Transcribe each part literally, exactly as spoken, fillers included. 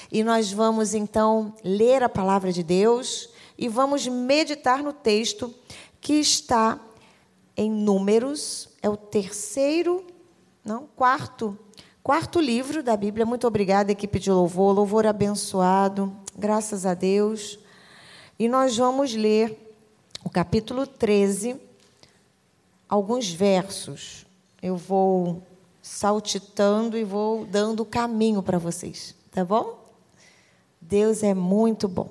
E nós vamos, então, ler a palavra de Deus e vamos meditar no texto que está em Números, é o terceiro, não, quarto, quarto livro da Bíblia. Muito obrigada, equipe de louvor, louvor abençoado, graças a Deus. E nós vamos ler o capítulo treze, alguns versos. Eu vou saltitando e vou dando o caminho para vocês, tá bom? Deus é muito bom.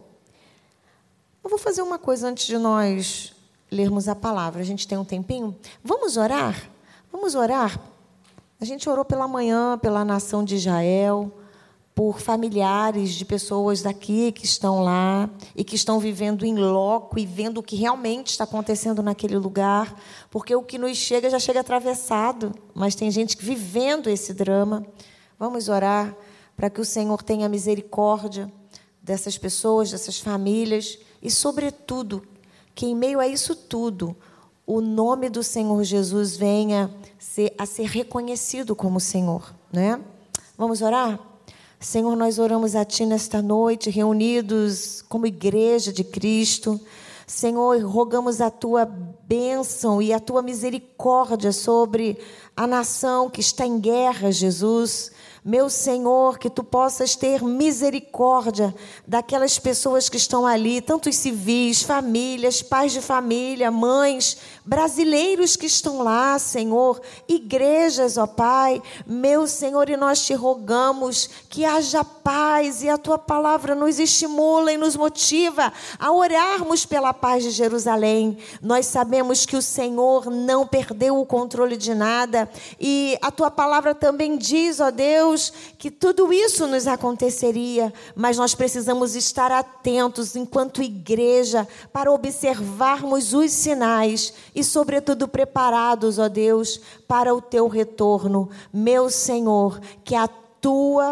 Eu vou fazer uma coisa antes de nós lermos a palavra. A gente tem um tempinho? Vamos orar? Vamos orar? A gente orou pela manhã, pela nação de Israel, por familiares de pessoas daqui que estão lá e que estão vivendo em loco e vendo o que realmente está acontecendo naquele lugar, porque o que nos chega já chega atravessado, mas tem gente vivendo esse drama. Vamos orar para que o Senhor tenha misericórdia dessas pessoas, dessas famílias e, sobretudo, que em meio a isso tudo, o nome do Senhor Jesus venha ser, a ser reconhecido como Senhor, né? Vamos orar? Senhor, nós oramos a Ti nesta noite, reunidos como igreja de Cristo. Senhor, rogamos a Tua bênção e a Tua misericórdia sobre a nação que está em guerra, Jesus. Meu Senhor, que Tu possas ter misericórdia daquelas pessoas que estão ali, tanto os civis, famílias, pais de família, mães, brasileiros que estão lá, Senhor, igrejas, ó Pai, meu Senhor, e nós Te rogamos que haja paz e a Tua palavra nos estimula e nos motiva a orarmos pela paz de Jerusalém. Nós sabemos que o Senhor não perdeu o controle de nada e a Tua palavra também diz, ó Deus, que tudo isso nos aconteceria, mas nós precisamos estar atentos enquanto igreja para observarmos os sinais e, sobretudo, preparados, ó Deus, para o Teu retorno. Meu Senhor, que a Tua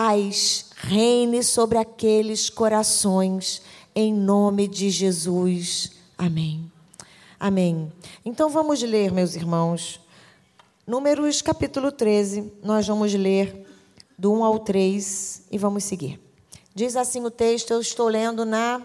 paz reine sobre aqueles corações, em nome de Jesus. Amém. Amém. Então vamos ler, meus irmãos, Números capítulo treze, nós vamos ler do um ao três e vamos seguir. Diz assim o texto, eu estou lendo na...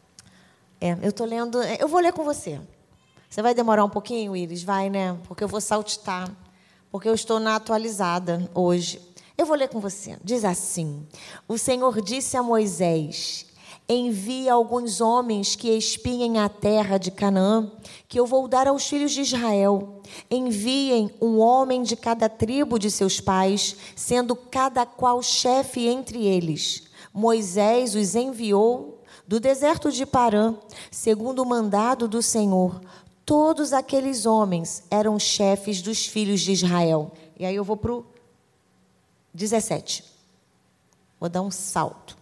É, eu estou lendo... Eu vou ler com você. Você vai demorar um pouquinho, Iris? Vai, né? Porque eu vou saltitar. Porque eu estou na atualizada hoje. Eu vou ler com você. Diz assim, o Senhor disse a Moisés: envia alguns homens que espiem a terra de Canaã, que eu vou dar aos filhos de Israel. Enviem um homem de cada tribo de seus pais, sendo cada qual chefe entre eles. Moisés os enviou do deserto de Parã, segundo o mandado do Senhor. Todos aqueles homens eram chefes dos filhos de Israel. E aí eu vou para o dezessete. Vou dar um salto.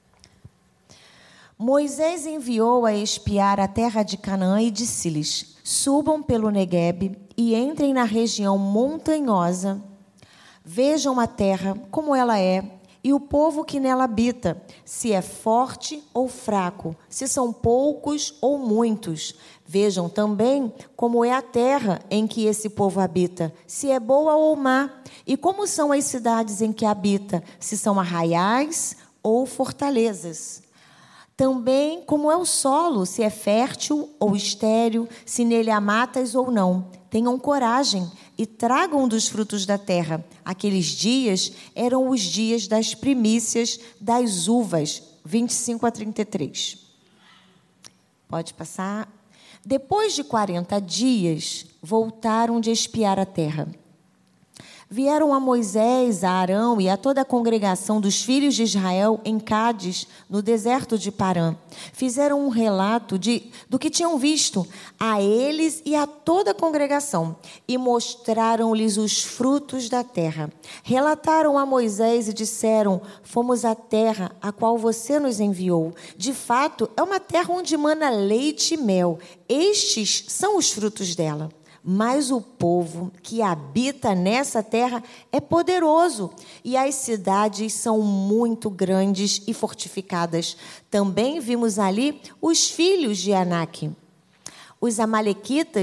Moisés enviou a espiar a terra de Canaã e disse-lhes: subam pelo Neguebe e entrem na região montanhosa. Vejam a terra como ela é e o povo que nela habita, se é forte ou fraco, se são poucos ou muitos. Vejam também como é a terra em que esse povo habita, se é boa ou má, e como são as cidades em que habita, se são arraiais ou fortalezas. Também como é o solo, se é fértil ou estéril, se nele há matas ou não. Tenham coragem e tragam dos frutos da terra. Aqueles dias eram os dias das primícias das uvas. vinte e cinco a trinta e três. Pode passar. Depois de quarenta dias, voltaram de espiar a terra. Vieram a Moisés, a Arão e a toda a congregação dos filhos de Israel em Cádiz, no deserto de Parã. Fizeram um relato de, do que tinham visto a eles e a toda a congregação e mostraram-lhes os frutos da terra. Relataram a Moisés e disseram: fomos à terra a qual você nos enviou. De fato, é uma terra onde mana leite e mel. Estes são os frutos dela. Mas o povo que habita nessa terra é poderoso e as cidades são muito grandes e fortificadas. Também vimos ali os filhos de Anak. Os amalequitas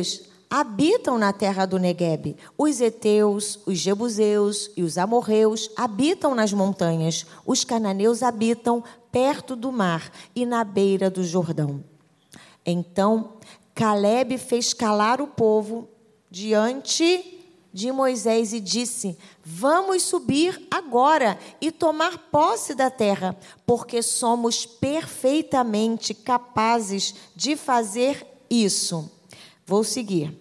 habitam na terra do Neguebe. Os heteus, os jebuseus e os amorreus habitam nas montanhas. Os cananeus habitam perto do mar e na beira do Jordão. Então, Calebe fez calar o povo diante de Moisés e disse: vamos subir agora e tomar posse da terra, porque somos perfeitamente capazes de fazer isso. Vou seguir.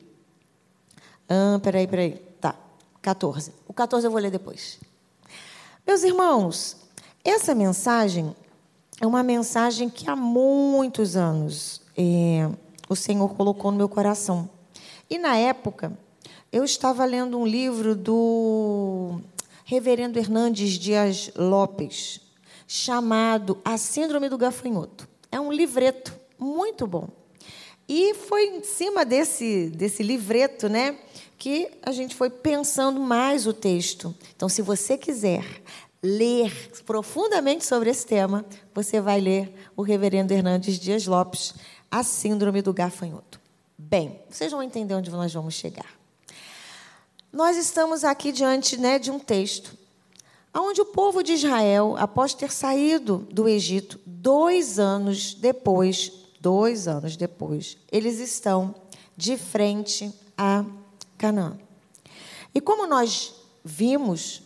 Ah, peraí, peraí. Tá, catorze. O catorze eu vou ler depois. Meus irmãos, essa mensagem é uma mensagem que há muitos anos é, o Senhor colocou no meu coração. E na época, eu estava lendo um livro do reverendo Hernandes Dias Lopes, chamado A Síndrome do Gafanhoto. É um livreto muito bom. E foi em cima desse, desse livreto, né, que a gente foi pensando mais o texto. Então, se você quiser ler profundamente sobre esse tema, você vai ler o reverendo Hernandes Dias Lopes, A Síndrome do Gafanhoto. Bem, vocês vão entender onde nós vamos chegar. Nós estamos aqui diante, né, de um texto onde o povo de Israel, após ter saído do Egito, dois anos depois, dois anos depois, eles estão de frente a Canaã. E como nós vimos,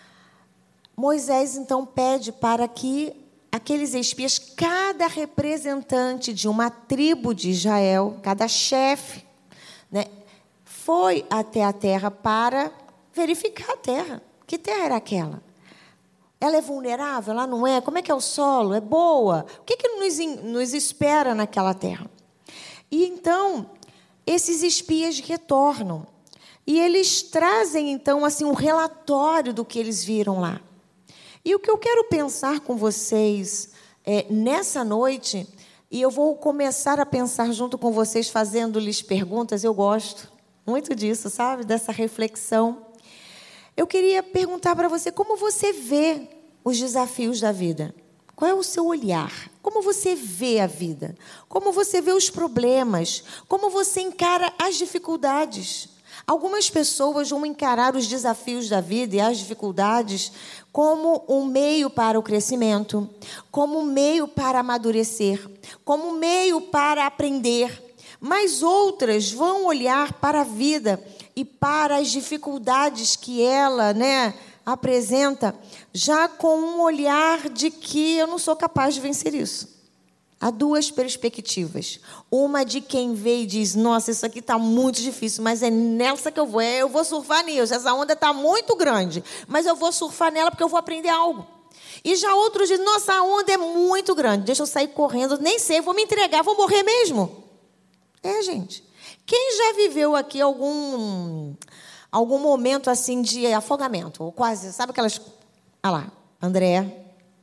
Moisés então pede para que aqueles espias, cada representante de uma tribo de Israel, cada chefe, né, foi até a terra para verificar a terra. Que terra era aquela? Ela é vulnerável? Ela não é? Como é que é o solo? É boa? O que, que nos, nos espera naquela terra? E então, esses espias retornam. E eles trazem, então, assim, um relatório do que eles viram lá. E o que eu quero pensar com vocês é, nessa noite, e eu vou começar a pensar junto com vocês, fazendo-lhes perguntas, eu gosto muito disso, sabe? Dessa reflexão. Eu queria perguntar para você, como você vê os desafios da vida? Qual é o seu olhar? Como você vê a vida? Como você vê os problemas? Como você encara as dificuldades? Algumas pessoas vão encarar os desafios da vida e as dificuldades como um meio para o crescimento, como um meio para amadurecer, como um meio para aprender. Mas outras vão olhar para a vida e para as dificuldades que ela, né, apresenta, já com um olhar de que eu não sou capaz de vencer isso. Há duas perspectivas. Uma de quem vê e diz, nossa, isso aqui está muito difícil, mas é nessa que eu vou, eu vou surfar nisso, essa onda está muito grande, mas eu vou surfar nela porque eu vou aprender algo. E já outros dizem, nossa, a onda é muito grande, deixa eu sair correndo, nem sei, vou me entregar, vou morrer mesmo. É, gente. Quem já viveu aqui algum, algum momento assim de afogamento? Ou quase, sabe aquelas... Ah lá, André...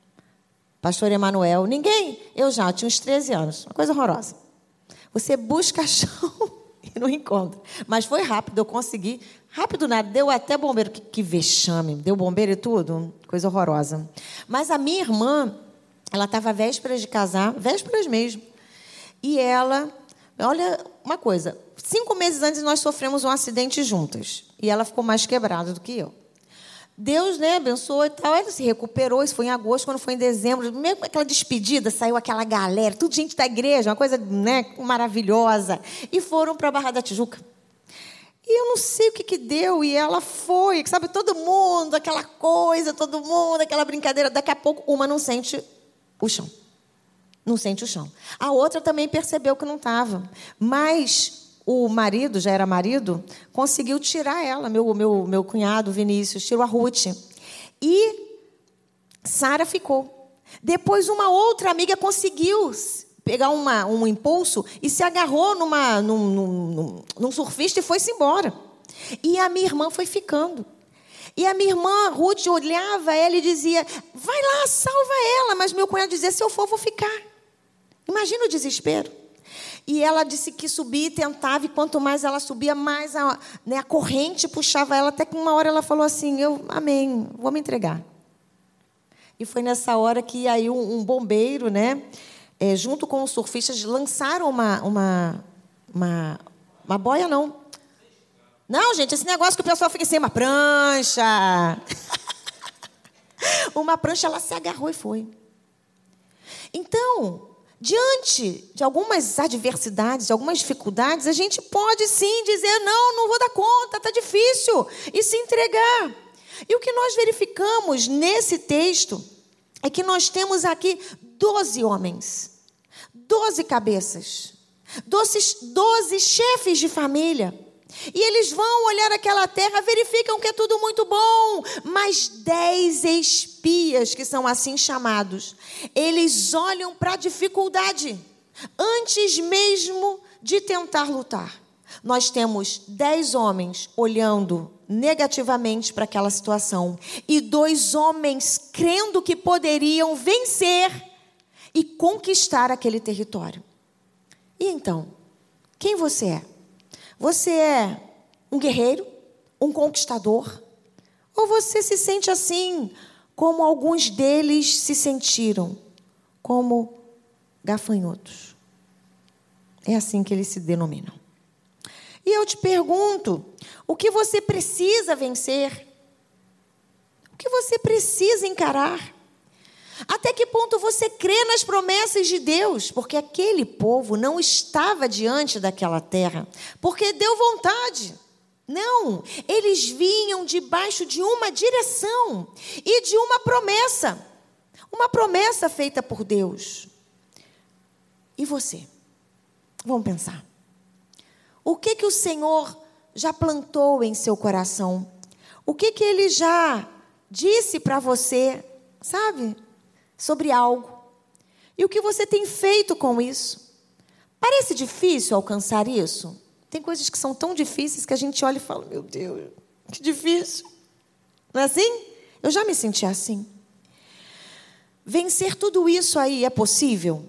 Pastor Emanuel, ninguém, eu já tinha uns treze anos, uma coisa horrorosa. Você busca chão e não encontra. Mas foi rápido, eu consegui. Rápido nada, deu até bombeiro, que, que vexame, deu bombeiro e tudo, coisa horrorosa. Mas a minha irmã, ela estava vésperas de casar, vésperas mesmo. E ela, olha uma coisa, cinco meses antes nós sofremos um acidente juntas. E ela ficou mais quebrada do que eu. Deus, né, abençoou e tal. Ela se recuperou, isso foi em agosto, quando foi em dezembro. Mesmo aquela despedida, saiu aquela galera, tudo gente da igreja, uma coisa, né, maravilhosa. E foram para a Barra da Tijuca. E eu não sei o que, que deu, e ela foi, sabe, todo mundo, aquela coisa, todo mundo, aquela brincadeira. Daqui a pouco, uma não sente o chão. Não sente o chão. A outra também percebeu que não estava. Mas... o marido, já era marido, conseguiu tirar ela, meu, meu, meu cunhado Vinícius, tirou a Ruth. E Sara ficou. Depois uma outra amiga conseguiu pegar uma, um impulso e se agarrou numa, num, num, num surfista e foi-se embora. E a minha irmã foi ficando. E a minha irmã Ruth olhava ela e dizia, vai lá, salva ela. Mas meu cunhado dizia, se eu for, vou ficar. Imagina o desespero. E ela disse que subia e tentava, e quanto mais ela subia, mais a, né, a corrente puxava ela, até que uma hora ela falou assim, eu, amém, vou me entregar. E foi nessa hora que aí um, um bombeiro, né, é, junto com os surfistas, lançaram uma, uma, uma, uma boia, não, Não, gente, esse negócio que o pessoal fica em cima, prancha. Uma prancha, ela se agarrou e foi. Então, diante de algumas adversidades, de algumas dificuldades, a gente pode sim dizer, não, não vou dar conta, está difícil, e se entregar. E o que nós verificamos nesse texto é que nós temos aqui doze homens, doze cabeças, doze, doze chefes de família. E eles vão olhar aquela terra, verificam que é tudo muito bom, mas dez espias, que são assim chamados, eles olham para a dificuldade, antes mesmo de tentar lutar. Nós temos dez homens olhando negativamente para aquela situação, e dois homens crendo que poderiam vencer e conquistar aquele território. E então, quem você é? Você é um guerreiro, um conquistador? Ou você se sente assim, como alguns deles se sentiram, como gafanhotos? É assim que eles se denominam. E eu te pergunto, o que você precisa vencer? O que você precisa encarar? Até que ponto você crê nas promessas de Deus? Porque aquele povo não estava diante daquela terra porque deu vontade. Não, eles vinham debaixo de uma direção e de uma promessa. Uma promessa feita por Deus. E você? Vamos pensar. O que que o Senhor já plantou em seu coração? O que que Ele já disse para você, sabe? Sobre algo. E o que você tem feito com isso? Parece difícil alcançar isso? Tem coisas que são tão difíceis que a gente olha e fala, meu Deus, que difícil. Não é assim? Eu já me senti assim. Vencer tudo isso aí é possível?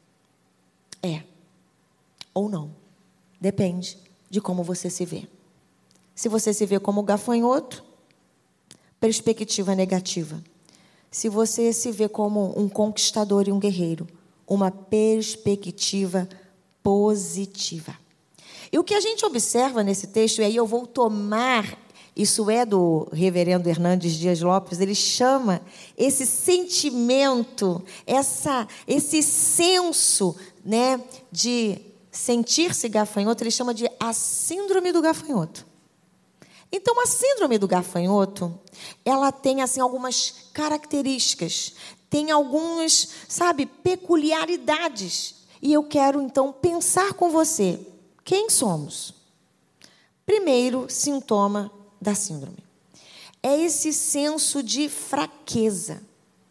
É. Ou não. Depende de como você se vê. Se você se vê como gafanhoto, perspectiva negativa. Se você se vê como um conquistador e um guerreiro, uma perspectiva positiva. E o que a gente observa nesse texto, e aí eu vou tomar, isso é do reverendo Hernandes Dias Lopes, ele chama esse sentimento, essa, esse senso, né, de sentir-se gafanhoto, ele chama de a síndrome do gafanhoto. Então, a síndrome do gafanhoto, ela tem assim algumas características, tem algumas, sabe, peculiaridades. E eu quero, então, pensar com você, quem somos? Primeiro sintoma da síndrome é esse senso de fraqueza,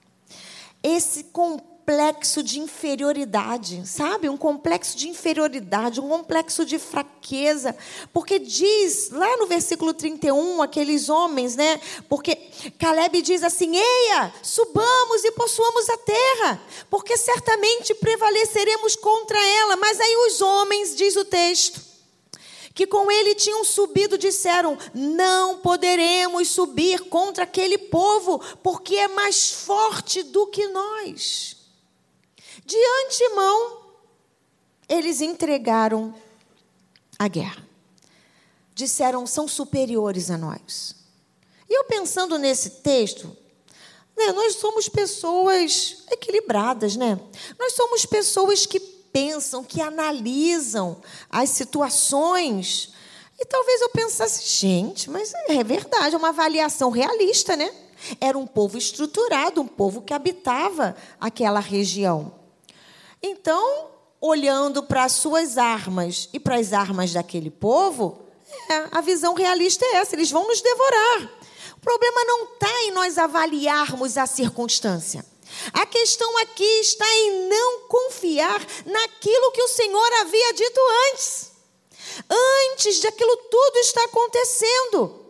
esse complexo de inferioridade, sabe? Um complexo de inferioridade, um complexo de fraqueza, porque diz lá no versículo trinta e um, aqueles homens, né? Porque Caleb diz assim, eia, subamos e possuamos a terra, porque certamente prevaleceremos contra ela. Mas aí os homens, diz o texto, que com ele tinham subido, disseram, não poderemos subir contra aquele povo, porque é mais forte do que nós. De antemão, eles entregaram a guerra. Disseram, são superiores a nós. E eu pensando nesse texto, né, nós somos pessoas equilibradas, né? Nós somos pessoas que pensam, que analisam as situações. E talvez eu pensasse, gente, mas é verdade, é uma avaliação realista, né? Era um povo estruturado, um povo que habitava aquela região. Então, olhando para as suas armas e para as armas daquele povo, é, a visão realista é essa, eles vão nos devorar. O problema não está em nós avaliarmos a circunstância. A questão aqui está em não confiar naquilo que o Senhor havia dito antes. Antes de aquilo tudo estar acontecendo.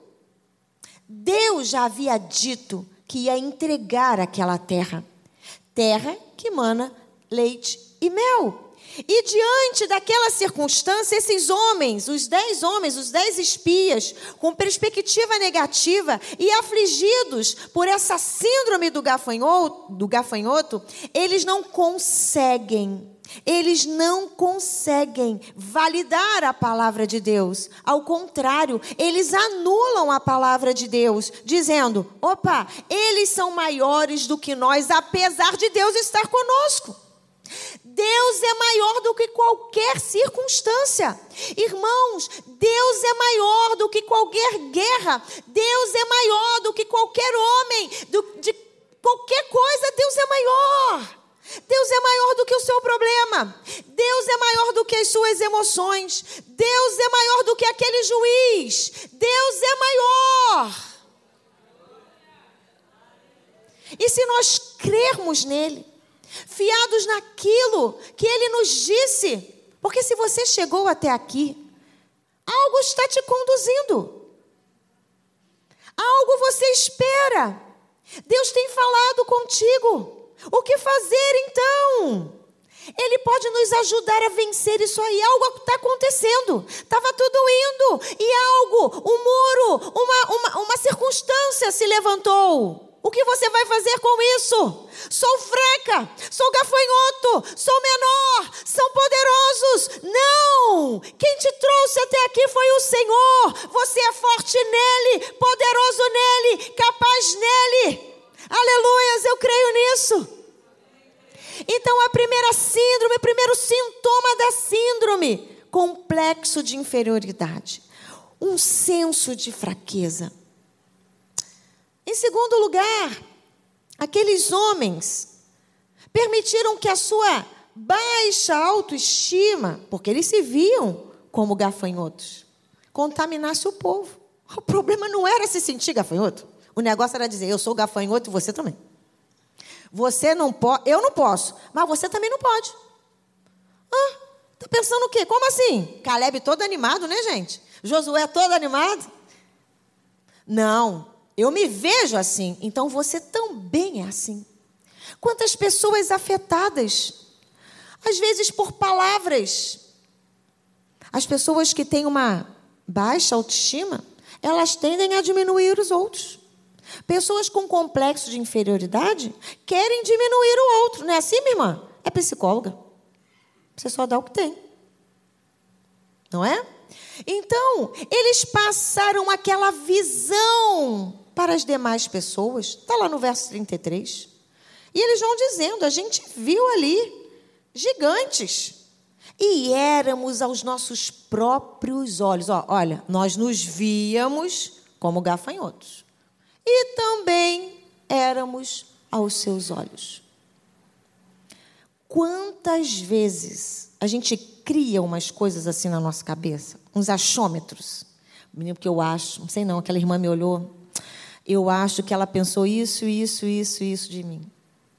Deus já havia dito que ia entregar aquela terra. Terra que mana leite e mel. E diante daquela circunstância, esses homens, os dez homens, os dez espias, com perspectiva negativa e afligidos por essa síndrome do gafanhoto, do gafanhoto, eles não conseguem, eles não conseguem validar a palavra de Deus. Ao contrário, eles anulam a palavra de Deus, dizendo, opa, eles são maiores do que nós, apesar de Deus estar conosco. Deus é maior do que qualquer circunstância. Irmãos, Deus é maior do que qualquer guerra. Deus é maior do que qualquer homem. Do, de qualquer coisa, Deus é maior. Deus é maior do que o seu problema. Deus é maior do que as suas emoções. Deus é maior do que aquele juiz. Deus é maior. E se nós crermos nele, fiados naquilo que ele nos disse, porque se você chegou até aqui, algo está te conduzindo, algo você espera, Deus tem falado contigo, o que fazer então? Ele pode nos ajudar a vencer isso aí. Algo está acontecendo, estava tudo indo, e algo, um muro, uma, uma, uma circunstância se levantou. O que você vai fazer com isso? Sou fraca, sou gafanhoto, sou menor, são poderosos. Não! Quem te trouxe até aqui foi o Senhor. Você é forte nele, poderoso nele, capaz nele. Aleluias, eu creio nisso. Então a primeira síndrome, o primeiro sintoma da síndrome, complexo de inferioridade, um senso de fraqueza. Em segundo lugar, aqueles homens permitiram que a sua baixa autoestima, porque eles se viam como gafanhotos, contaminasse o povo. O problema não era se sentir gafanhoto. O negócio era dizer, eu sou gafanhoto e você também. Você não pode, eu não posso, mas você também não pode. Ah, tá pensando o quê? Como assim? Caleb todo animado, né, gente? Josué todo animado? Não. Eu me vejo assim, então você também é assim. Quantas pessoas afetadas, às vezes por palavras. As pessoas que têm uma baixa autoestima, elas tendem a diminuir os outros. Pessoas com complexo de inferioridade querem diminuir o outro. Não é assim, minha irmã? É psicóloga. Você só dá o que tem. Não é? Então, eles passaram aquela visão para as demais pessoas. Está lá no verso trinta e três. E eles vão dizendo, a gente viu ali gigantes. E éramos aos nossos próprios olhos. Ó, olha, nós nos víamos como gafanhotos. E também éramos aos seus olhos. Quantas vezes a gente cria umas coisas assim na nossa cabeça? Uns achômetros. Menino, porque eu acho, não sei não, aquela irmã me olhou. Eu acho que ela pensou isso, isso, isso, isso de mim.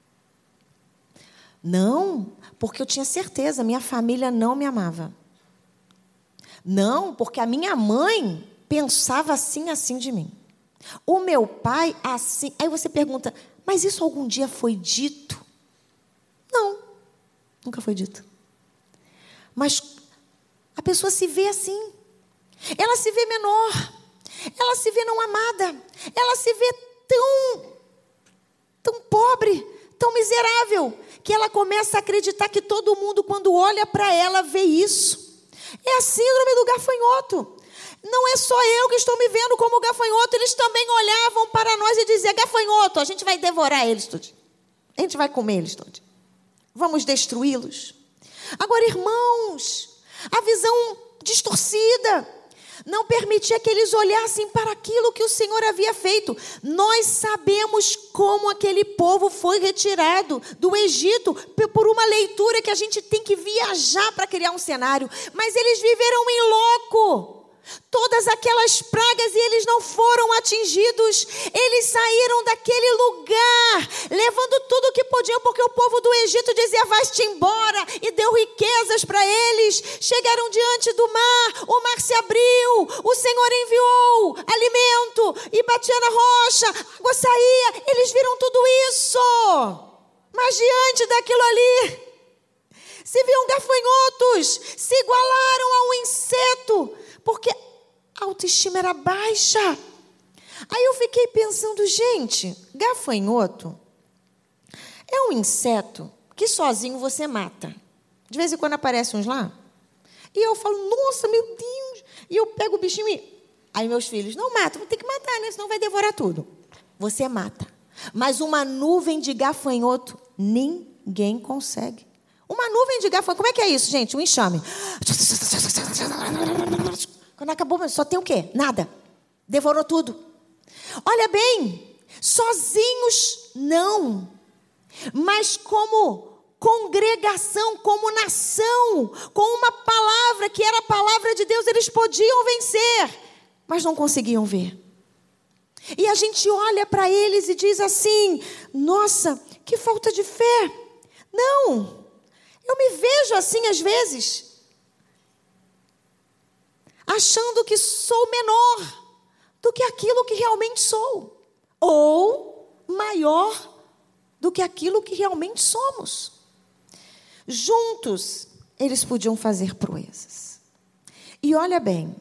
Não, porque eu tinha certeza, minha família não me amava. Não, porque a minha mãe pensava assim, assim de mim. O meu pai, assim... Aí você pergunta, mas isso algum dia foi dito? Não, nunca foi dito. Mas a pessoa se vê assim. Ela se vê menor. Ela se vê não amada. Ela se vê tão, tão pobre, tão miserável, que ela começa a acreditar que todo mundo, quando olha para ela, vê isso. É a síndrome do gafanhoto. Não é só eu que estou me vendo como gafanhoto. Eles também olhavam para nós e diziam, gafanhoto, a gente vai devorar eles todos. A gente vai comer eles todos. Vamos destruí-los. Agora, irmãos, a visão distorcida não permitia que eles olhassem para aquilo que o Senhor havia feito. Nós sabemos como aquele povo foi retirado do Egito por uma leitura que a gente tem que viajar para criar um cenário. Mas eles viveram em loco. Todas aquelas pragas e eles não foram atingidos. Eles saíram daquele lugar levando tudo o que podiam, porque o povo do Egito dizia, vai-te embora, e deu riquezas para eles. Chegaram diante do mar, o mar se abriu, o Senhor enviou alimento e batia na rocha, a água saía. Eles viram tudo isso, mas diante daquilo ali, se viam gafanhotos, se igualaram a um inseto, porque a autoestima era baixa. Aí eu fiquei pensando, gente, gafanhoto é um inseto que sozinho você mata. De vez em quando aparecem uns lá. E eu falo, nossa, meu Deus. E eu pego o bichinho e... Aí meus filhos, não mata, tem que matar, né? Senão vai devorar tudo. Você mata. Mas uma nuvem de gafanhoto, ninguém consegue. Uma nuvem de gafanhoto, como é que é isso, gente? Um enxame. Quando acabou, só tem o quê? Nada. Devorou tudo. Olha bem, sozinhos não. Mas como congregação, como nação, com uma palavra que era a palavra de Deus, eles podiam vencer, mas não conseguiam ver. E a gente olha para eles e diz assim, nossa, que falta de fé. Não, eu me vejo assim às vezes, achando que sou menor do que aquilo que realmente sou, ou maior do que aquilo que realmente somos. Juntos, eles podiam fazer proezas. E olha bem,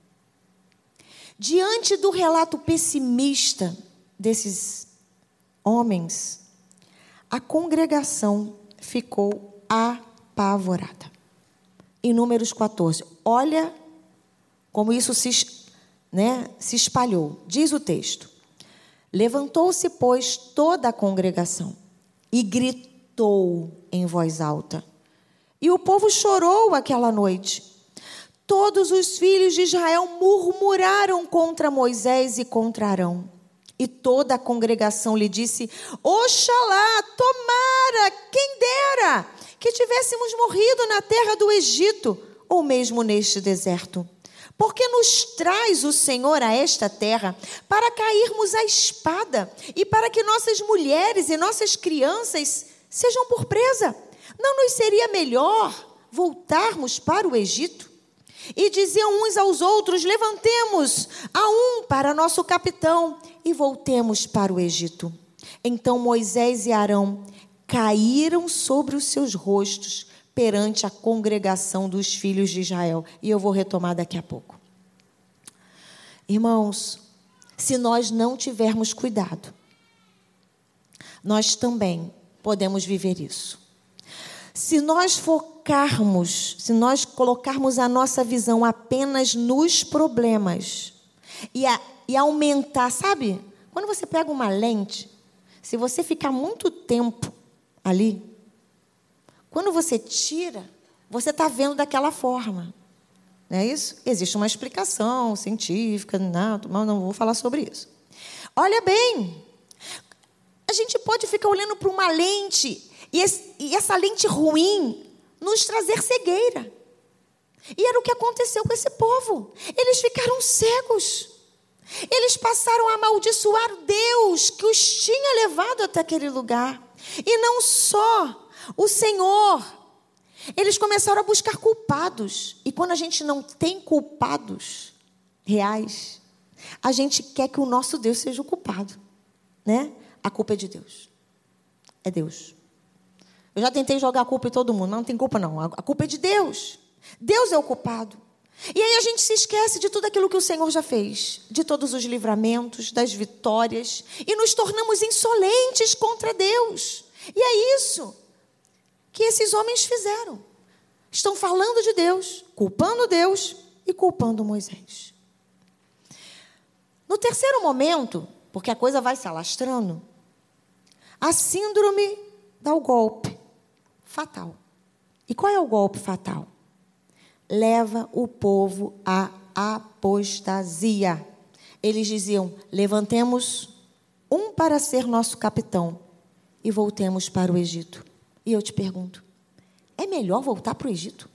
diante do relato pessimista desses homens, a congregação ficou apavorada. Em Números quatorze, olha como isso se, né, se espalhou. Diz o texto: levantou-se, pois, toda a congregação e gritou em voz alta. E o povo chorou aquela noite. Todos os filhos de Israel murmuraram contra Moisés e contra Arão. E toda a congregação lhe disse: oxalá, tomara, quem dera, que tivéssemos morrido na terra do Egito, ou mesmo neste deserto. Porque nos traz o Senhor a esta terra para cairmos à espada e para que nossas mulheres e nossas crianças sejam por presa. Não nos seria melhor voltarmos para o Egito? E diziam uns aos outros: levantemos a um para nosso capitão e voltemos para o Egito. Então Moisés e Arão caíram sobre os seus rostos perante a congregação dos filhos de Israel. E eu vou retomar daqui a pouco. Irmãos, se nós não tivermos cuidado, nós também podemos viver isso. Se nós focarmos, se nós colocarmos a nossa visão apenas nos problemas e, a, e aumentar, sabe? Quando você pega uma lente, se você ficar muito tempo ali, quando você tira, você está vendo daquela forma. Não é isso? Existe uma explicação científica, não, não vou falar sobre isso. Olha bem, a gente pode ficar olhando para uma lente e, esse, e essa lente ruim nos trazer cegueira. E era o que aconteceu com esse povo. Eles ficaram cegos. Eles passaram a amaldiçoar Deus que os tinha levado até aquele lugar. E não só o Senhor, eles começaram a buscar culpados. E quando a gente não tem culpados reais, a gente quer que o nosso Deus seja o culpado, né? A culpa é de Deus. É Deus. Eu já tentei jogar a culpa em todo mundo, mas não tem culpa não. A culpa é de Deus. Deus é o culpado. E aí a gente se esquece de tudo aquilo que o Senhor já fez, de todos os livramentos, das vitórias, e nos tornamos insolentes contra Deus. E é isso que esses homens fizeram. Estão falando de Deus, culpando Deus e culpando Moisés. No terceiro momento, porque a coisa vai se alastrando, a síndrome dá o golpe fatal. E qual é o golpe fatal? Leva o povo à apostasia. Eles diziam: levantemos um para ser nosso capitão e voltemos para o Egito. E eu te pergunto, é melhor voltar para o Egito?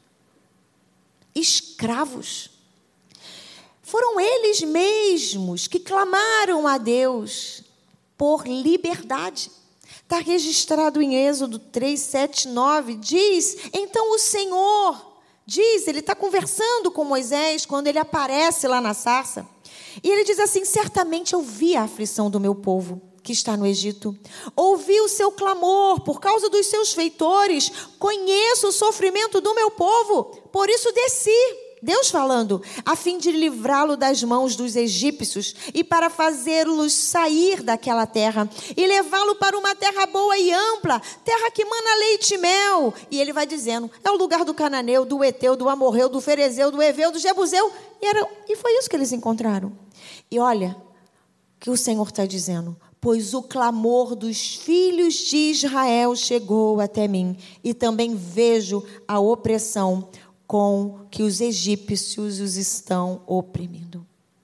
Escravos. Foram eles mesmos que clamaram a Deus por liberdade. Está registrado em Êxodo três, sete, nove. Diz, então o Senhor, diz, ele está conversando com Moisés quando ele aparece lá na sarça. E ele diz assim: certamente eu vi a aflição do meu povo, que está no Egito. Ouvi o seu clamor por causa dos seus feitores. Conheço o sofrimento do meu povo, por isso desci. Deus falando, a fim de livrá-lo das mãos dos egípcios e para fazê-los sair daquela terra e levá-lo para uma terra boa e ampla, terra que mana leite e mel. E ele vai dizendo, é o lugar do cananeu, do eteu, do amorreu, do ferezeu, do eveu, do jebuseu. E, era, e foi isso que eles encontraram. E olha o que o Senhor está dizendo. Pois o clamor dos filhos de Israel chegou até mim e também vejo a opressão com que os egípcios os estão oprimindo.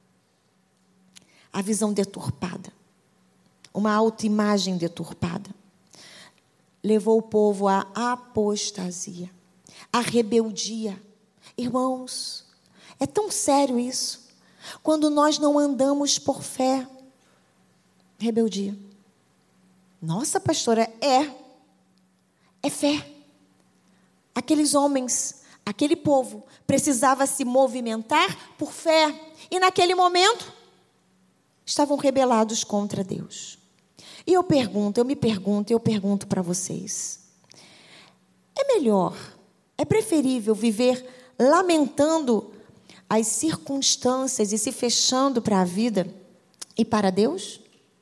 A visão deturpada, uma autoimagem deturpada, levou o povo à apostasia, à rebeldia. Irmãos, é tão sério isso, quando nós não andamos por fé. Rebeldia. Nossa, pastora, é, é fé. Aqueles homens, aquele povo precisava se movimentar por fé. E naquele momento, estavam rebelados contra Deus. E eu pergunto, eu me pergunto, eu pergunto para vocês. É melhor, é preferível viver lamentando as circunstâncias e se fechando para a vida e para Deus?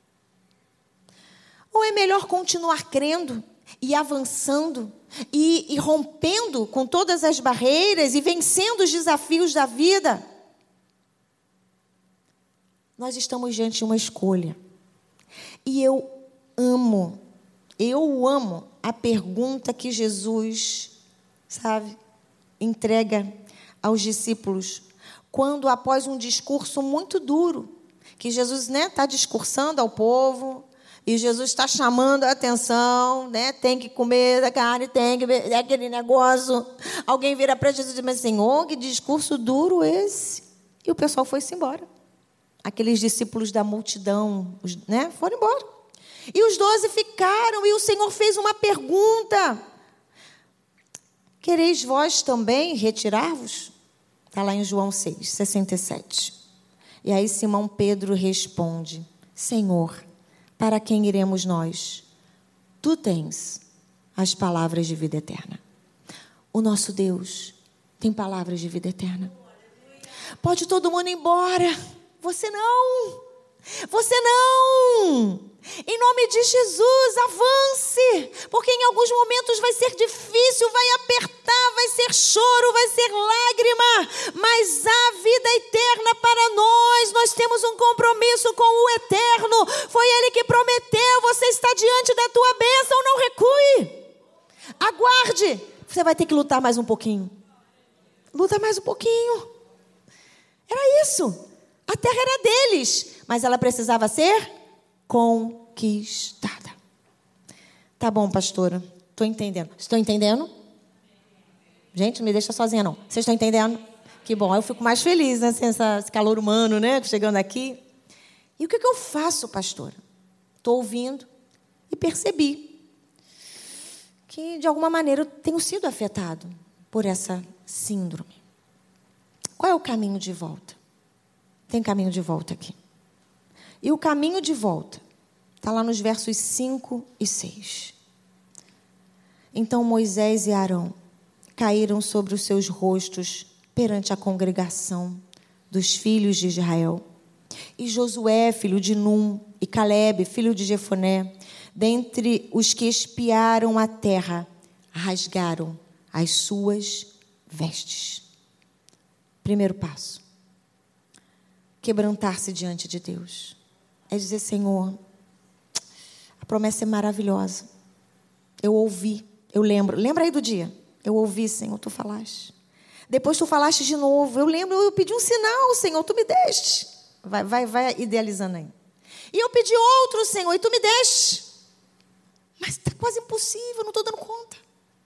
Ou é melhor continuar crendo e avançando e, e rompendo com todas as barreiras e vencendo os desafios da vida? Nós estamos diante de uma escolha. E eu amo, eu amo a pergunta que Jesus, sabe, entrega aos discípulos. Quando, após um discurso muito duro, que Jesus, né, está discursando ao povo, e Jesus está chamando a atenção, né? Tem que comer da carne, tem que ver aquele negócio. Alguém vira para Jesus e diz, Senhor, que discurso duro esse. E o pessoal foi-se embora. Aqueles discípulos da multidão, né, foram embora. E os doze ficaram, e o Senhor fez uma pergunta. Quereis vós também retirar-vos? Está lá em João seis, sessenta e sete. E aí Simão Pedro responde, Senhor, para quem iremos nós? Tu tens as palavras de vida eterna. O nosso Deus tem palavras de vida eterna. Pode todo mundo ir embora. Você não. Você não. Em nome de Jesus, avance. Porque em alguns momentos vai ser difícil, vai apertar, vai ser choro, vai ser lágrima. Mas há vida eterna para nós. Nós temos um compromisso com o eterno. Foi Ele que prometeu. Você está diante da tua bênção, não recue. Aguarde. Você vai ter que lutar mais um pouquinho. Luta mais um pouquinho. Era isso. A terra era deles, mas ela precisava ser conquistada. Tá bom, pastora. Estou entendendo. Estou entendendo? Gente, não me deixa sozinha, não. Vocês estão entendendo? Que bom. Eu fico mais feliz, né? Sem esse calor humano, né? Chegando aqui. E o que, que eu faço, pastora? Estou ouvindo e percebi que, de alguma maneira, eu tenho sido afetado por essa síndrome. Qual é o caminho de volta? Tem caminho de volta aqui. E o caminho de volta está lá nos versos cinco e seis. Então Moisés e Arão caíram sobre os seus rostos perante a congregação dos filhos de Israel. E Josué, filho de Num, e Calebe, filho de Jefoné, dentre os que espiaram a terra, rasgaram as suas vestes. Primeiro passo. Quebrantar-se diante de Deus. É dizer, Senhor, a promessa é maravilhosa. Eu ouvi, eu lembro. Lembra aí do dia? Eu ouvi, Senhor, tu falaste. Depois tu falaste de novo. Eu lembro, eu pedi um sinal, Senhor, tu me deste. Vai, vai, vai idealizando aí. E eu pedi outro, Senhor, e tu me deste. Mas está quase impossível, eu não estou dando conta.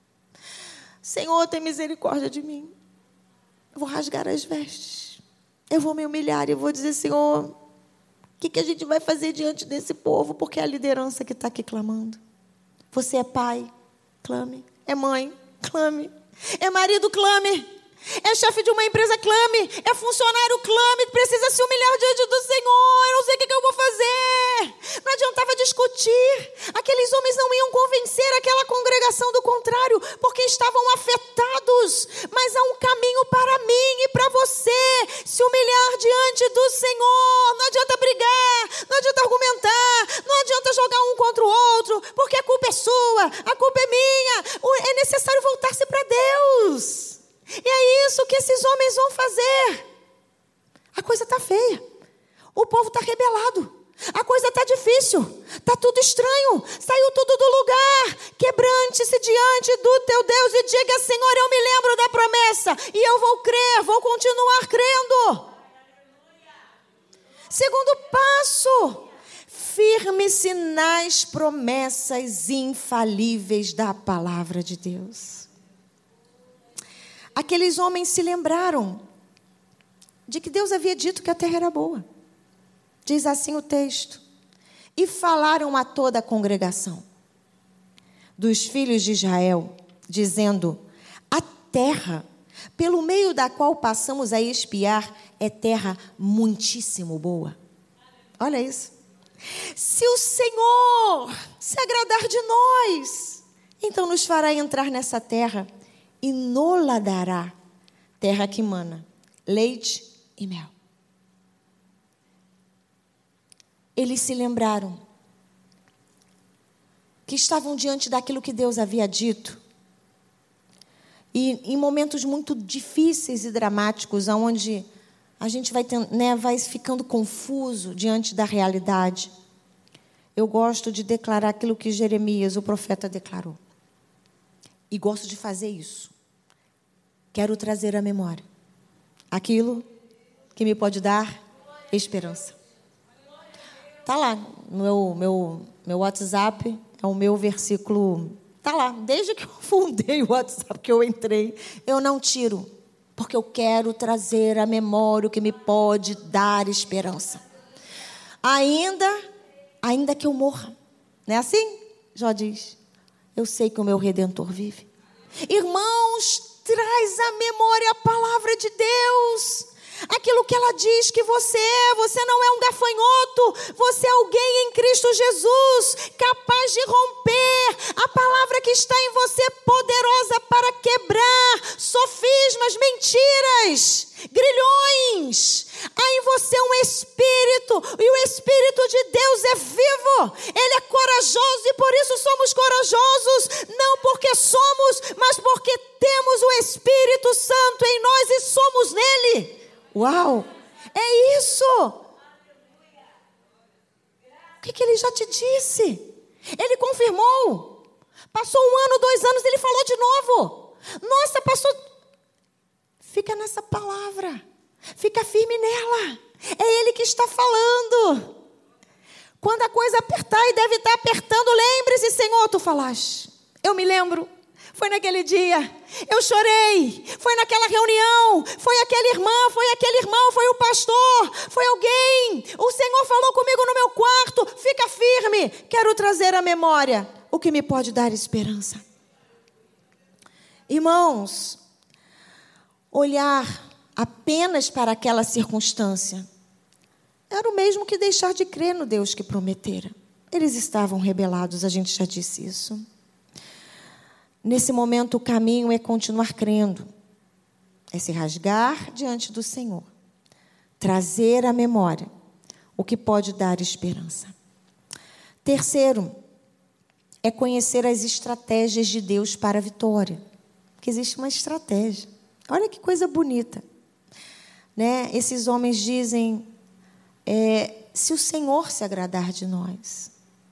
Senhor, tem misericórdia de mim. Eu vou rasgar as vestes. Eu vou me humilhar e vou dizer, Senhor, o que, que a gente vai fazer diante desse povo? Porque é a liderança que está aqui clamando. Você é pai, clame. É mãe, clame. É marido, clame. É chefe de uma empresa, clame. É funcionário, clame. Precisa se humilhar diante do Senhor. Eu não sei o que, que eu vou fazer. Não adiantava discutir. Aqueles homens não iam convencer aquela congregação do contrário, porque estavam afetados. Mas há um caminho para mim e para você. Se humilhar diante do Senhor. Não adianta brigar. Não adianta argumentar. Não adianta jogar um contra o outro, porque a culpa é sua. A culpa é minha. É necessário voltar-se para Deus. E é isso que esses homens vão fazer. A coisa está feia. O povo está rebelado. A coisa está difícil. Está tudo estranho. Saiu tudo do lugar. Quebrante-se diante do teu Deus e diga: Senhor, eu me lembro da promessa. E eu vou crer, vou continuar crendo. Segundo passo. Firme-se nas promessas infalíveis da palavra de Deus. Aqueles homens se lembraram de que Deus havia dito que a terra era boa. Diz assim o texto. E falaram a toda a congregação dos filhos de Israel, dizendo: a terra, pelo meio da qual passamos a espiar, é terra muitíssimo boa. Olha isso. Se o Senhor se agradar de nós, então nos fará entrar nessa terra e nola dará, terra que mana leite e mel. Eles se lembraram que estavam diante daquilo que Deus havia dito. E em momentos muito difíceis e dramáticos, onde a gente vai, tendo, né, vai ficando confuso diante da realidade, eu gosto de declarar aquilo que Jeremias, o profeta, declarou. E gosto de fazer isso. Quero trazer à memória aquilo que me pode dar esperança. Está lá no meu, meu, meu WhatsApp, é o meu versículo. Está lá, desde que eu fundei o WhatsApp, que eu entrei, eu não tiro, porque eu quero trazer à memória o que me pode dar esperança. Ainda, ainda que eu morra. Não é assim? Jó diz: eu sei que o meu Redentor vive. Irmãos, traz à memória a palavra de Deus. Aquilo que ela diz que você é. Você não é um gafanhoto. Você é alguém em Cristo Jesus, capaz de romper. A palavra que está em você é poderosa para quebrar sofismas, mentiras, grilhões. Há em você um Espírito, e o Espírito de Deus é vivo. Ele é corajoso e por isso somos corajosos. Não porque somos, mas porque temos o Espírito Santo em nós e somos nele. Uau! É isso! O que, que ele já te disse? Ele confirmou. Passou um ano, dois anos, ele falou de novo. Nossa, passou... Fica nessa palavra. Fica firme nela. É ele que está falando. Quando a coisa apertar, e deve estar apertando, lembre-se, Senhor, tu falaste. Eu me lembro. Foi naquele dia, eu chorei, foi naquela reunião, foi aquela irmã, foi aquele irmão, foi o pastor, foi alguém. O Senhor falou comigo no meu quarto, fica firme, quero trazer à memória o que me pode dar esperança. Irmãos, olhar apenas para aquela circunstância era o mesmo que deixar de crer no Deus que prometera. Eles estavam rebelados, a gente já disse isso. Nesse momento, o caminho é continuar crendo. É se rasgar diante do Senhor. Trazer à memória o que pode dar esperança. Terceiro, é conhecer as estratégias de Deus para a vitória. Porque existe uma estratégia. Olha que coisa bonita. Né? Esses homens dizem, é, se o Senhor se agradar de nós...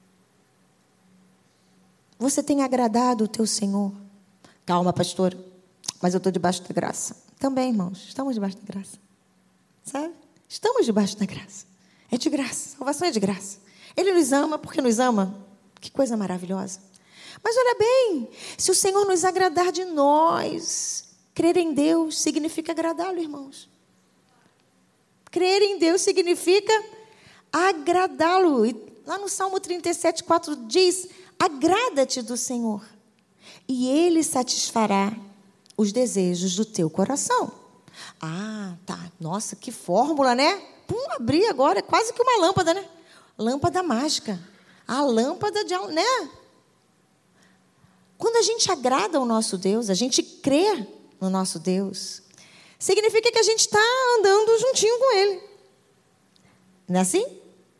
Você tem agradado o teu Senhor? Calma, pastora, mas eu estou debaixo da graça. Também, irmãos, estamos debaixo da graça. Sabe? Estamos debaixo da graça. É de graça, salvação é de graça. Ele nos ama porque nos ama. Que coisa maravilhosa. Mas olha bem, se o Senhor nos agradar de nós, crer em Deus significa agradá-lo, irmãos. Crer em Deus significa agradá-lo. E lá no Salmo trinta e sete, quatro diz... agrada-te do Senhor, e Ele satisfará os desejos do teu coração. Ah, tá. Nossa, que fórmula, né? Pum, abri agora, é quase que uma lâmpada, né? Lâmpada mágica. A lâmpada de... né? Quando a gente agrada ao nosso Deus, a gente crê no nosso Deus, significa que a gente está andando juntinho com Ele. Não é assim?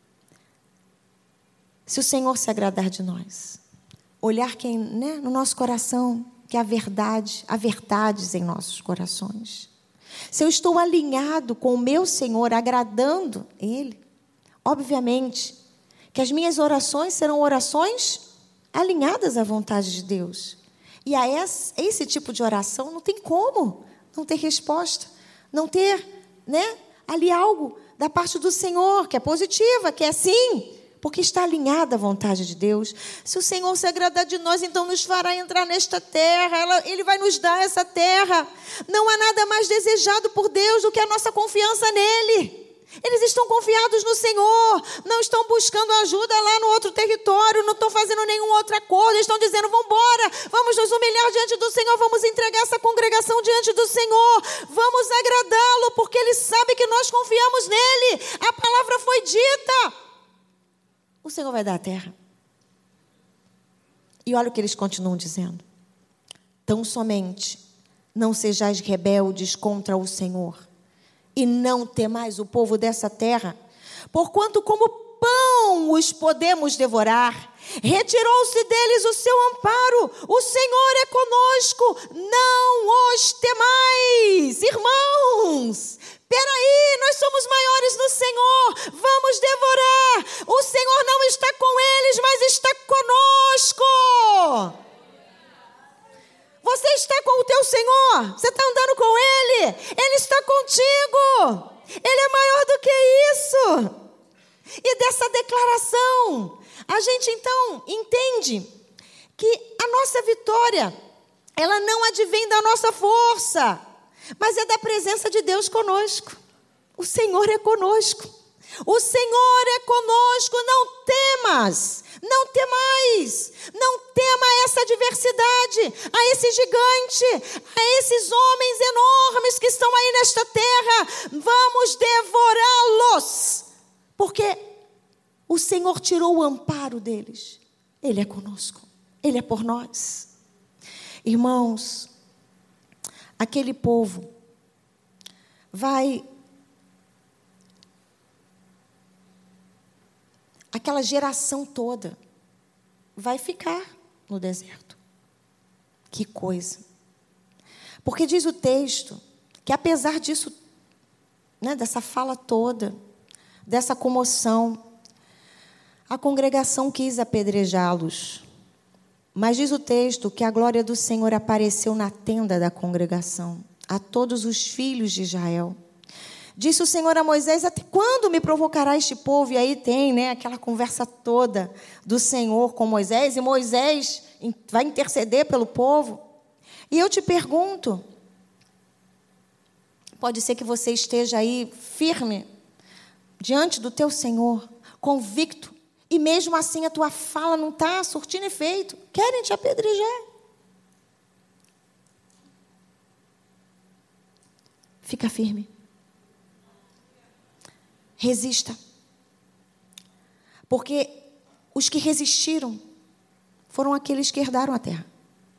Se o Senhor se agradar de nós, olhar quem, né, no nosso coração, que é a verdade, há verdades em nossos corações. Se eu estou alinhado com o meu Senhor, agradando Ele, obviamente que as minhas orações serão orações alinhadas à vontade de Deus. E a esse, esse tipo de oração não tem como não ter resposta, não ter, né, ali algo da parte do Senhor, que é positiva, que é sim, porque está alinhada à vontade de Deus. Se o Senhor se agradar de nós, então nos fará entrar nesta terra, ela, Ele vai nos dar essa terra. Não há nada mais desejado por Deus do que a nossa confiança nele. Eles estão confiados no Senhor, não estão buscando ajuda lá no outro território, não estão fazendo nenhum outro acordo, eles estão dizendo, vamos embora, vamos nos humilhar diante do Senhor, vamos entregar essa congregação diante do Senhor, vamos agradá-lo, porque Ele sabe que nós confiamos nele. A palavra foi dita, o Senhor vai dar a terra. E olha o que eles continuam dizendo: tão somente não sejais rebeldes contra o Senhor, e não temais o povo dessa terra, porquanto como pão os podemos devorar. Retirou-se deles o seu amparo, o Senhor é conosco, não os temais. Irmãos, peraí, nós somos maiores no Senhor, vamos devorar. O Senhor não está com eles, mas está conosco. Você está com o teu Senhor, você está andando com Ele, Ele está contigo, Ele é maior do que isso. E dessa declaração, a gente então entende que a nossa vitória, ela não advém da nossa força, mas é da presença de Deus conosco. O Senhor é conosco, o Senhor é conosco, não temas. Não temais, não tema essa adversidade, a esse gigante, a esses homens enormes que estão aí nesta terra. Vamos devorá-los, porque o Senhor tirou o amparo deles. Ele é conosco, Ele é por nós. Irmãos, aquele povo vai... aquela geração toda vai ficar no deserto. Que coisa. Porque diz o texto que apesar disso, né, dessa fala toda, dessa comoção, a congregação quis apedrejá-los. Mas diz o texto que a glória do Senhor apareceu na tenda da congregação, a todos os filhos de Israel. Disse o Senhor a Moisés, até quando me provocará este povo? E aí tem, né, aquela conversa toda do Senhor com Moisés, e Moisés vai interceder pelo povo. E eu te pergunto, pode ser que você esteja aí firme, diante do teu Senhor, convicto, e mesmo assim a tua fala não está surtindo efeito, querem te apedrejar. Fica firme. Resista, porque os que resistiram foram aqueles que herdaram a terra.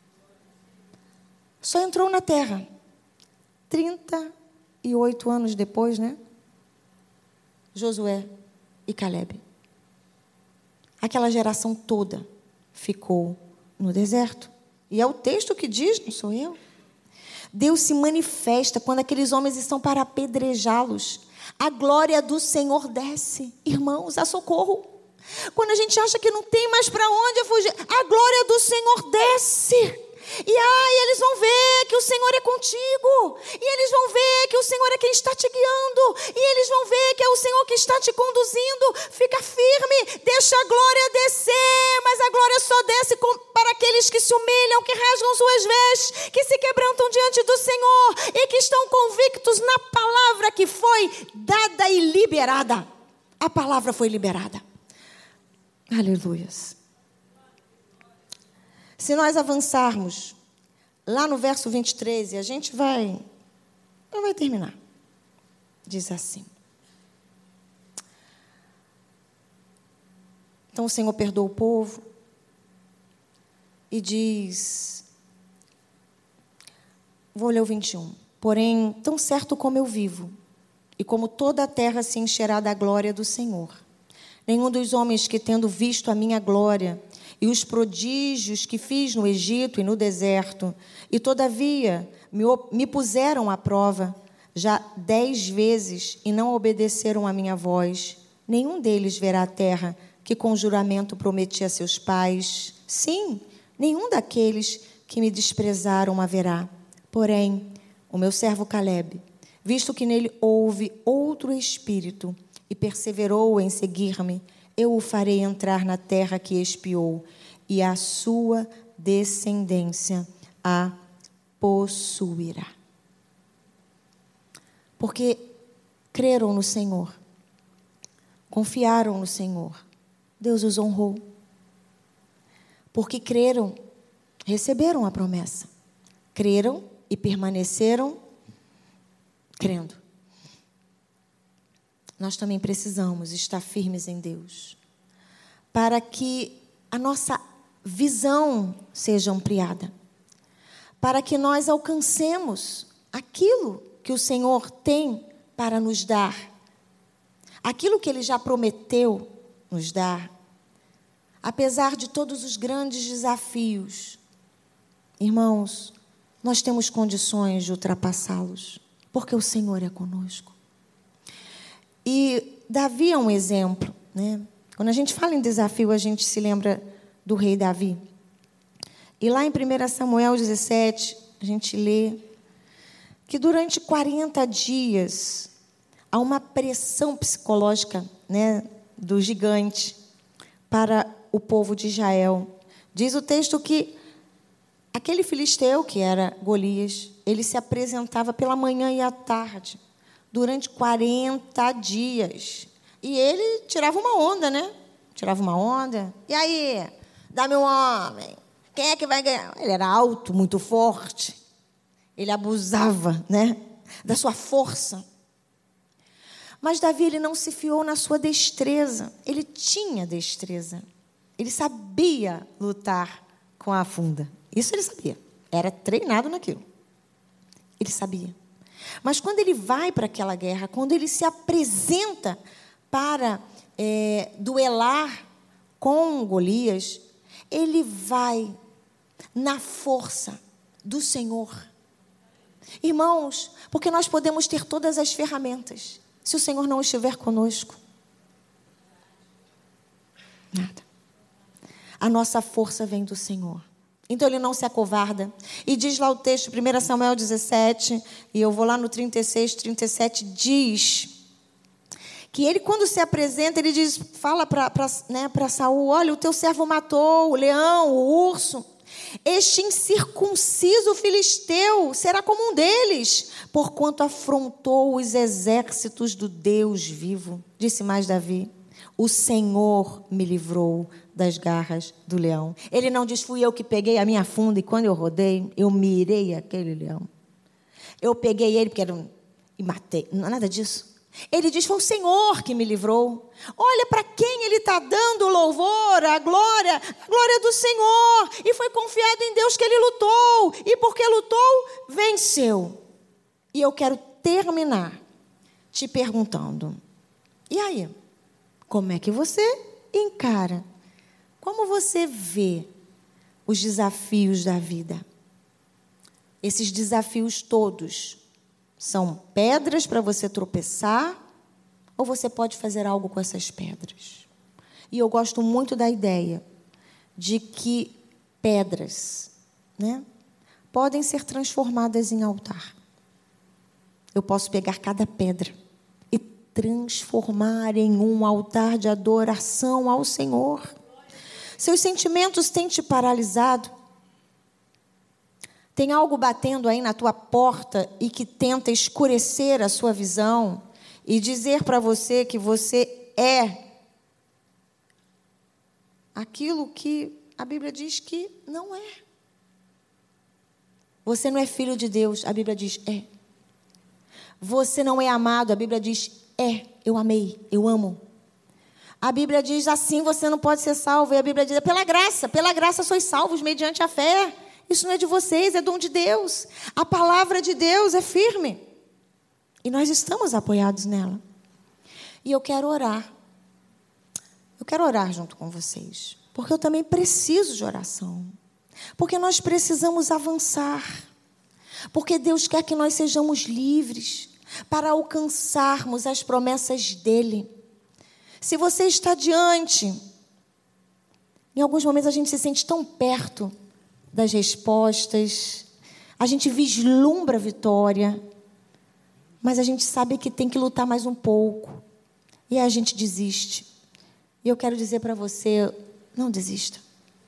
Só entrou na terra trinta e oito anos depois, né? Josué e Calebe. Aquela geração toda ficou no deserto. E é o texto que diz, não sou eu. Deus se manifesta quando aqueles homens estão para apedrejá-los. A glória do Senhor desce, irmãos, a socorro. Quando a gente acha que não tem mais para onde fugir, a glória do Senhor desce. E ai, eles vão ver que o Senhor é contigo. E eles vão ver que o Senhor é quem está te guiando. E eles vão ver que é o Senhor que está te conduzindo. Fica firme, deixa a glória descer. Mas a glória só desce com, para aqueles que se humilham, que rasgam suas vestes, que se quebrantam diante do Senhor e que estão convictos na palavra que foi dada e liberada. A palavra foi liberada. Aleluias. Se nós avançarmos lá no verso vinte e três, e a gente vai, não vai terminar. Diz assim. Então o Senhor perdoa o povo e diz, vou ler o vinte e um. Porém, tão certo como eu vivo, e como toda a terra se encherá da glória do Senhor, nenhum dos homens que, tendo visto a minha glória e os prodígios que fiz no Egito e no deserto, e todavia me, me puseram à prova já dez vezes e não obedeceram à minha voz, nenhum deles verá a terra que com juramento prometi a seus pais. Sim, nenhum daqueles que me desprezaram haverá. Porém, o meu servo Calebe, visto que nele houve outro espírito e perseverou em seguir-me, eu o farei entrar na terra que espiou, e a sua descendência a possuirá. Porque creram no Senhor, confiaram no Senhor, Deus os honrou. Porque creram, receberam a promessa. Creram e permaneceram crendo. Nós também precisamos estar firmes em Deus, para que a nossa visão seja ampliada, para que nós alcancemos aquilo que o Senhor tem para nos dar, aquilo que Ele já prometeu nos dar, apesar de todos os grandes desafios. Irmãos, nós temos condições de ultrapassá-los, porque o Senhor é conosco. E Davi é um exemplo, né? Quando a gente fala em desafio, a gente se lembra do rei Davi. E lá em primeiro Samuel dezessete, a gente lê que durante quarenta dias há uma pressão psicológica, né, do gigante para o povo de Israel. Diz o texto que aquele filisteu, que era Golias, ele se apresentava pela manhã e à tarde, durante quarenta dias. E ele tirava uma onda, né? Tirava uma onda. E aí, dá-me um homem. Quem é que vai ganhar? Ele era alto, muito forte. Ele abusava, né, da sua força. Mas Davi, ele não se fiou na sua destreza. Ele tinha destreza. Ele sabia lutar com a funda. Isso ele sabia. Era treinado naquilo. Ele sabia. Mas quando ele vai para aquela guerra, quando ele se apresenta para é, duelar com Golias, ele vai na força do Senhor. Irmãos, porque nós podemos ter todas as ferramentas, se o Senhor não estiver conosco, nada. A nossa força vem do Senhor. Então ele não se acovarda. E diz lá o texto, primeiro Samuel dezessete, e eu vou lá no trinta e seis, trinta e sete, diz que ele, quando se apresenta, ele diz, fala para né, para Saul: olha, o teu servo matou o leão, o urso. Este incircunciso filisteu será como um deles, porquanto afrontou os exércitos do Deus vivo. Disse mais Davi: o Senhor me livrou das garras do leão. Ele não diz, fui eu que peguei a minha funda e quando eu rodei, eu mirei aquele leão. Eu peguei ele porque era um, e matei. Não, nada disso. Ele diz, foi o Senhor que me livrou. Olha para quem ele está dando o louvor, a glória, a glória do Senhor. E foi confiado em Deus que ele lutou. E porque lutou, venceu. E eu quero terminar te perguntando, e aí? Como é que você encara? Como você vê os desafios da vida? Esses desafios todos são pedras para você tropeçar, ou você pode fazer algo com essas pedras? E eu gosto muito da ideia de que pedras, né, podem ser transformadas em altar. Eu posso pegar cada pedra e transformar em um altar de adoração ao Senhor. Seus sentimentos têm te paralisado? Tem algo batendo aí na tua porta e que tenta escurecer a sua visão e dizer para você que você é aquilo que a Bíblia diz que não é. Você não é filho de Deus, a Bíblia diz, é. Você não é amado, a Bíblia diz, é. Eu amei, eu amo. A Bíblia diz, assim você não pode ser salvo. E a Bíblia diz, pela graça, pela graça sois salvos mediante a fé. Isso não é de vocês, é dom de Deus. A palavra de Deus é firme. E nós estamos apoiados nela. E eu quero orar. Eu quero orar junto com vocês. Porque eu também preciso de oração. Porque nós precisamos avançar. Porque Deus quer que nós sejamos livres para alcançarmos as promessas dEle. Se você está diante, em alguns momentos a gente se sente tão perto das respostas, a gente vislumbra a vitória, mas a gente sabe que tem que lutar mais um pouco, e aí a gente desiste. E eu quero dizer para você, não desista.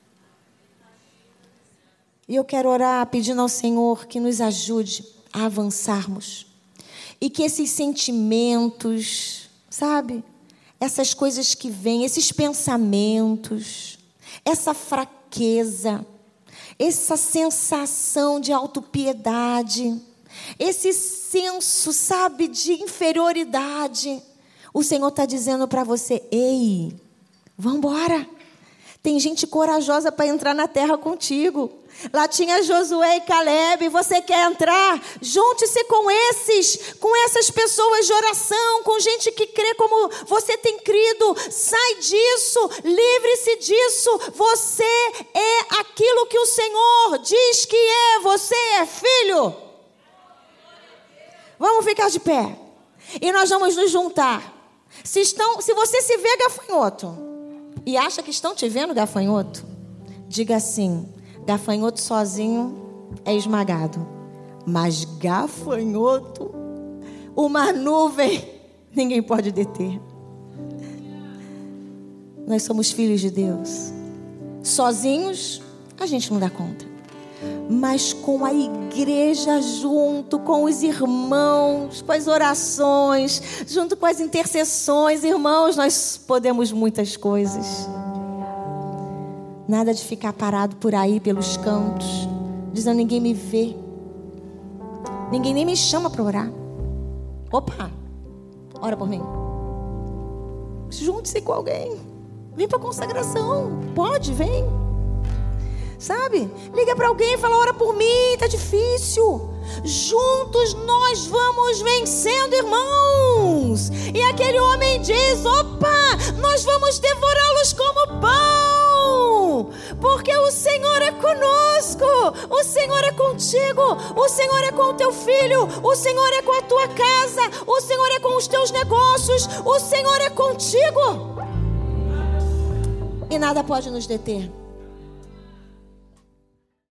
E eu quero orar pedindo ao Senhor que nos ajude a avançarmos, e que esses sentimentos, sabe, essas coisas que vêm, esses pensamentos, essa fraqueza, essa sensação de autopiedade, esse senso, sabe, de inferioridade. O Senhor está dizendo para você, ei, vamos embora. Tem gente corajosa para entrar na terra contigo. Lá tinha Josué e Caleb. Você quer entrar? Junte-se com esses, com essas pessoas de oração, com gente que crê como você tem crido. Sai disso, livre-se disso. Você é aquilo que o Senhor diz que é. Você é filho. Vamos ficar de pé. E nós vamos nos juntar. Se, estão, se você se vê gafanhoto e acha que estão te vendo gafanhoto, diga assim: gafanhoto sozinho é esmagado, mas gafanhoto, uma nuvem, ninguém pode deter. Nós somos filhos de Deus. Sozinhos a gente não dá conta, mas com a igreja junto, com os irmãos, com as orações, junto com as intercessões, irmãos, nós podemos muitas coisas. Nada de ficar parado por aí pelos cantos, dizendo ninguém me vê, ninguém nem me chama para orar. Opa, ora por mim. Junte-se com alguém, vem para a consagração, pode, vem. Sabe? Liga para alguém e fala, ora por mim, está difícil. Juntos nós vamos vencendo, irmãos. E aquele homem diz, opa, nós vamos devorá-los como pão, porque o Senhor é conosco, o Senhor é contigo, o Senhor é com o teu filho, o Senhor é com a tua casa, o Senhor é com os teus negócios, o Senhor é contigo. E nada pode nos deter.